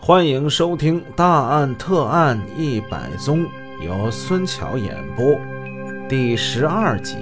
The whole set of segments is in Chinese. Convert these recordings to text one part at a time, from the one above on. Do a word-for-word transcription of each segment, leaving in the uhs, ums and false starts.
欢迎收听大案特案一百宗，由孙桥演播，第十二集。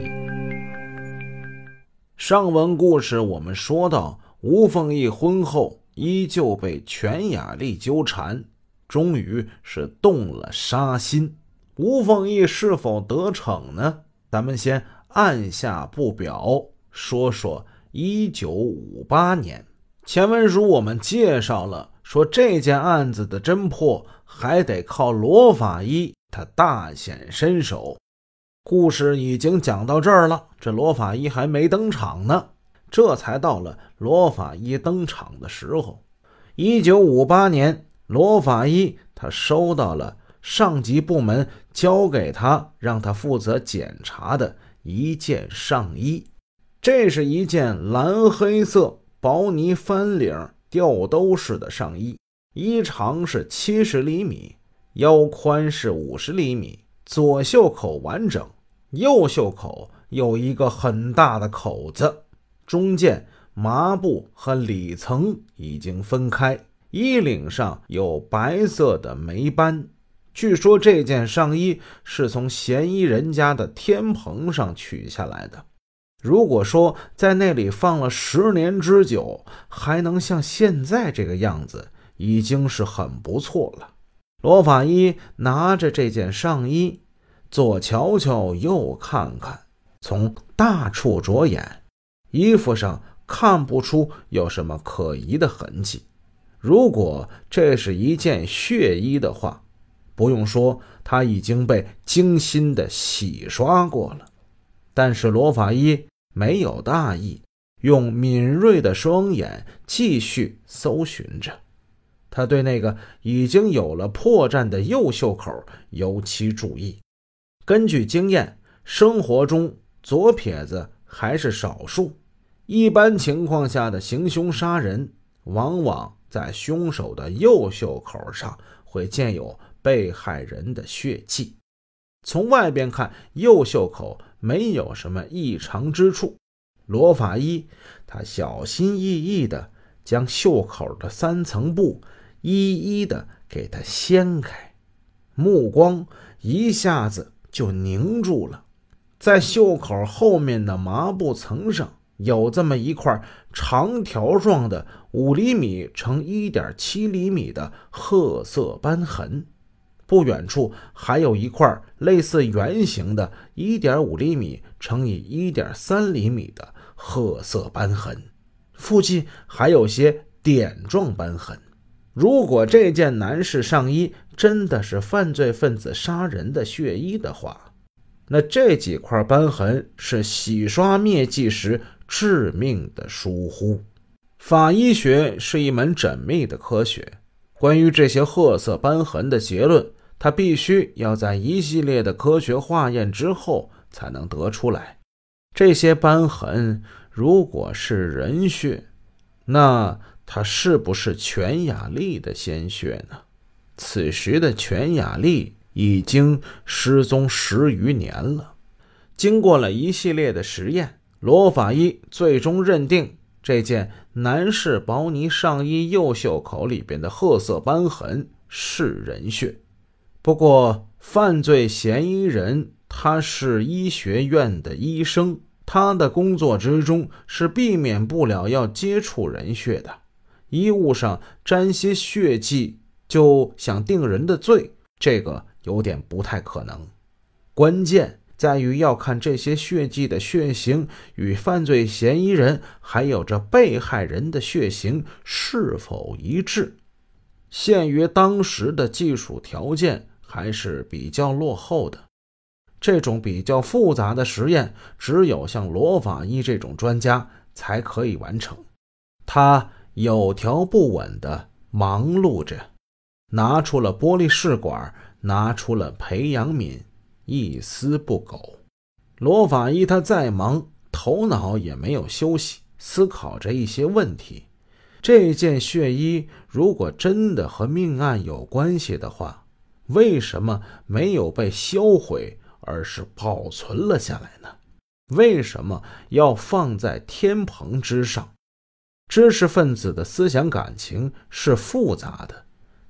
上文故事我们说到，吴凤仪婚后依旧被全雅丽纠缠，终于是动了杀心。吴凤仪是否得逞呢？咱们先按下不表，说说一九五八年。前文书我们介绍了，说这件案子的侦破还得靠罗法医他大显身手。故事已经讲到这儿了，这罗法医还没登场呢，这才到了罗法医登场的时候。一九五八年，罗法医他收到了上级部门交给他让他负责检查的一件上衣。这是一件蓝黑色薄呢翻领吊兜式的上衣，衣长是七十厘米，腰宽是五十厘米，左袖口完整，右袖口有一个很大的口子，中间麻布和里层已经分开，衣领上有白色的霉斑。据说这件上衣是从嫌疑人家的天棚上取下来的，如果说在那里放了十年之久，还能像现在这个样子，已经是很不错了。罗法医拿着这件上衣，左瞧瞧右看看，从大处着眼，衣服上看不出有什么可疑的痕迹。如果这是一件血衣的话，不用说，它已经被精心的洗刷过了。但是罗法医没有大意，用敏锐的双眼继续搜寻着。他对那个已经有了破绽的右袖口尤其注意。根据经验，生活中左撇子还是少数，一般情况下的行凶杀人，往往在凶手的右袖口上会见有被害人的血迹。从外边看，右袖口没有什么异常之处。罗法医他小心翼翼地将袖口的三层布一一地给它掀开，目光一下子就凝住了。在袖口后面的麻布层上有这么一块长条状的五厘米乘 一点七厘米的褐色斑痕，不远处还有一块类似圆形的 一点五厘米乘以 一点三厘米的褐色斑痕，附近还有些点状斑痕。如果这件男士上衣真的是犯罪分子杀人的血衣的话，那这几块斑痕是洗刷灭迹时致命的疏忽。法医学是一门缜密的科学，关于这些褐色斑痕的结论，它必须要在一系列的科学化验之后才能得出来。这些斑痕如果是人血，那它是不是全雅丽的鲜血呢？此时的全雅丽已经失踪十余年了。经过了一系列的实验，罗法医最终认定这件男士薄呢上衣右袖口里边的褐色斑痕是人血。不过犯罪嫌疑人他是医学院的医生，他的工作之中是避免不了要接触人血的，衣物上沾些血迹就想定人的罪，这个有点不太可能。关键在于要看这些血迹的血型与犯罪嫌疑人还有这被害人的血型是否一致。限于当时的技术条件还是比较落后的，这种比较复杂的实验只有像罗法医这种专家才可以完成。他有条不紊地忙碌着，拿出了玻璃试管，拿出了培养皿，一丝不苟。罗法医他再忙，头脑也没有休息，思考着一些问题。这件血衣如果真的和命案有关系的话，为什么没有被销毁，而是保存了下来呢？为什么要放在天棚之上？知识分子的思想感情是复杂的，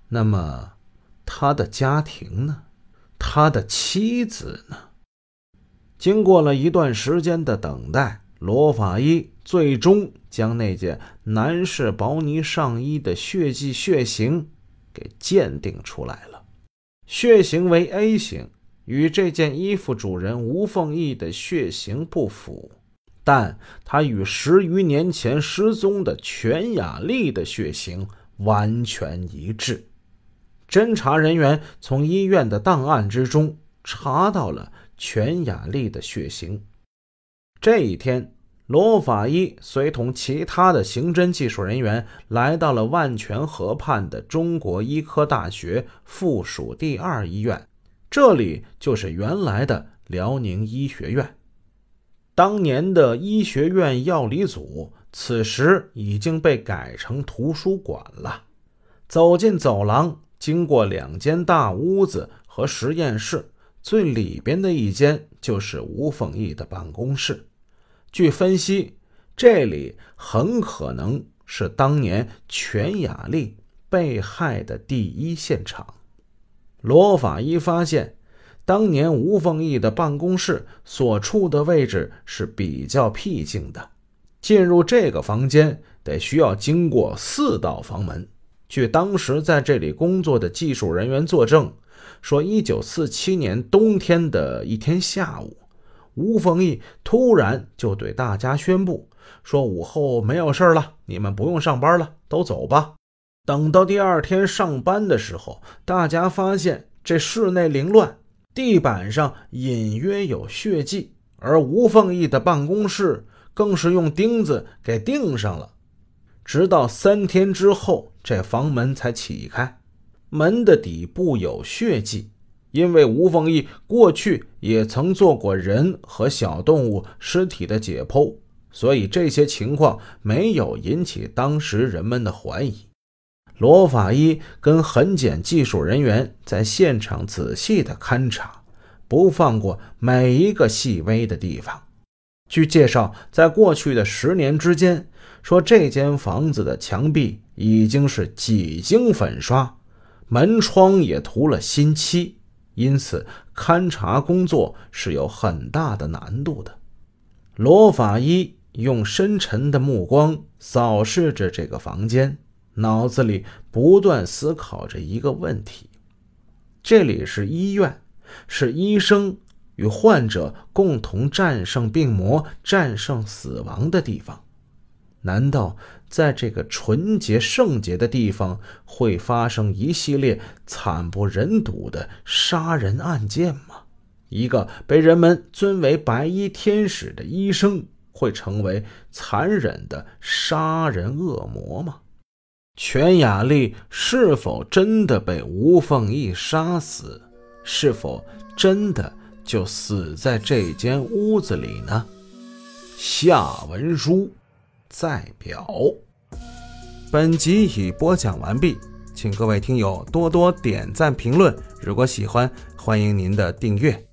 那么他的家庭呢？他的妻子呢？经过了一段时间的等待，罗法医最终将那件男士薄呢上衣的血迹血型给鉴定出来了。血型为 A 型，与这件衣服主人吴凤义的血型不符，但他与十余年前失踪的全雅丽的血型完全一致。侦查人员从医院的档案之中查到了全雅丽的血型。这一天，罗法医随同其他的刑侦技术人员来到了万泉河畔的中国医科大学附属第二医院，这里就是原来的辽宁医学院。当年的医学院药理组此时已经被改成图书馆了。走进走廊，经过两间大屋子和实验室，最里边的一间就是吴凤义的办公室。据分析，这里很可能是当年全雅丽被害的第一现场。罗法医发现，当年吴凤义的办公室所处的位置是比较僻静的，进入这个房间得需要经过四道房门。据当时在这里工作的技术人员作证，说一九四七年冬天的一天下午，吴凤义突然就对大家宣布说，午后没有事了，你们不用上班了，都走吧。等到第二天上班的时候，大家发现这室内凌乱，地板上隐约有血迹，而吴凤义的办公室更是用钉子给钉上了。直到三天之后，这房门才起开，门的底部有血迹。因为吴凤义过去也曾做过人和小动物尸体的解剖，所以这些情况没有引起当时人们的怀疑。罗法医跟痕检技术人员在现场仔细的勘察，不放过每一个细微的地方。据介绍，在过去的十年之间，说这间房子的墙壁已经是几经粉刷，门窗也涂了新漆，因此勘察工作是有很大的难度的。罗法医用深沉的目光扫视着这个房间，脑子里不断思考着一个问题：这里是医院，是医生与患者共同战胜病魔、战胜死亡的地方。难道在这个纯洁圣洁的地方会发生一系列惨不忍睹的杀人案件吗？一个被人们尊为白衣天使的医生会成为残忍的杀人恶魔吗？全雅丽是否真的被吴凤义杀死？是否真的就死在这间屋子里呢？下文书再表。本集已播讲完毕，请各位听友多多点赞评论，如果喜欢，欢迎您的订阅。